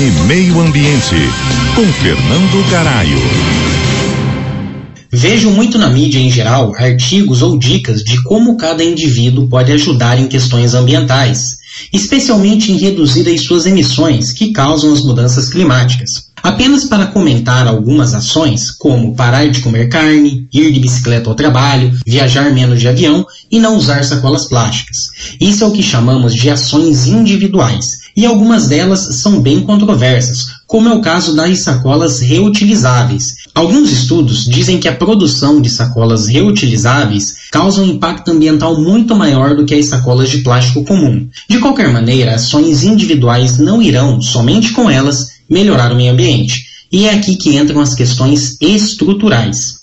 CBN Meio Ambiente, com Fernando Garaio. Vejo muito na mídia em geral artigos ou dicas de como cada indivíduo pode ajudar em questões ambientais, especialmente em reduzir as suas emissões que causam as mudanças climáticas. Apenas para comentar algumas ações, como parar de comer carne, ir de bicicleta ao trabalho, viajar menos de avião e não usar sacolas plásticas. Isso é o que chamamos de ações individuais, e algumas delas são bem controversas, como é o caso das sacolas reutilizáveis. Alguns estudos dizem que a produção de sacolas reutilizáveis causa um impacto ambiental muito maior do que as sacolas de plástico comum. De qualquer maneira, ações individuais não irão, somente com elas, melhorar o meio ambiente. E é aqui que entram as questões estruturais.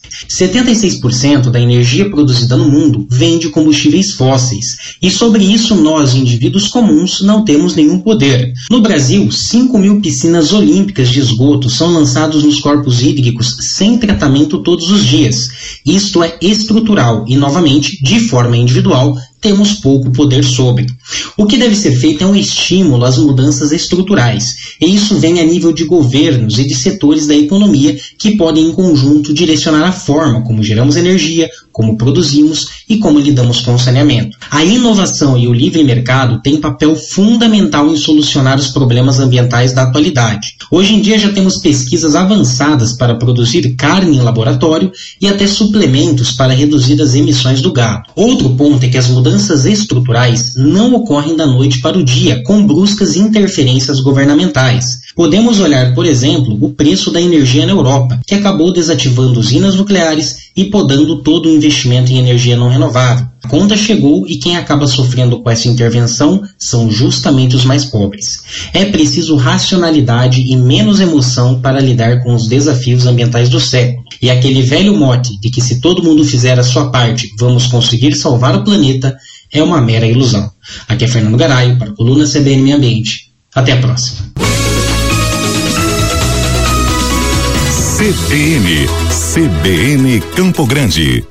76% da energia produzida no mundo vem de combustíveis fósseis, e sobre isso nós, indivíduos comuns, não temos nenhum poder. No Brasil, 5.000 piscinas olímpicas de esgoto são lançados nos corpos hídricos sem tratamento todos os dias. Isto é estrutural e, novamente, de forma individual, temos pouco poder sobre. O que deve ser feito é um estímulo às mudanças estruturais, e isso vem a nível de governos e de setores da economia que podem, em conjunto, direcionar a forma como geramos energia, como produzimos e como lidamos com o saneamento. A inovação e o livre mercado têm papel fundamental em solucionar os problemas ambientais da atualidade. Hoje em dia já temos pesquisas avançadas para produzir carne em laboratório e até suplementos para reduzir as emissões do gado. Outro ponto é que as mudanças estruturais não ocorrem da noite para o dia, com bruscas interferências governamentais. Podemos olhar, por exemplo, o preço da energia na Europa, que acabou desativando usinas nucleares e podando todo o investimento em energia não renovável. A conta chegou e quem acaba sofrendo com essa intervenção são justamente os mais pobres. É preciso racionalidade e menos emoção para lidar com os desafios ambientais do século. E aquele velho mote de que se todo mundo fizer a sua parte, vamos conseguir salvar o planeta, é uma mera ilusão. Aqui é Fernando Garaio para a coluna CBN Meio Ambiente. Até a próxima. CBN Campo Grande.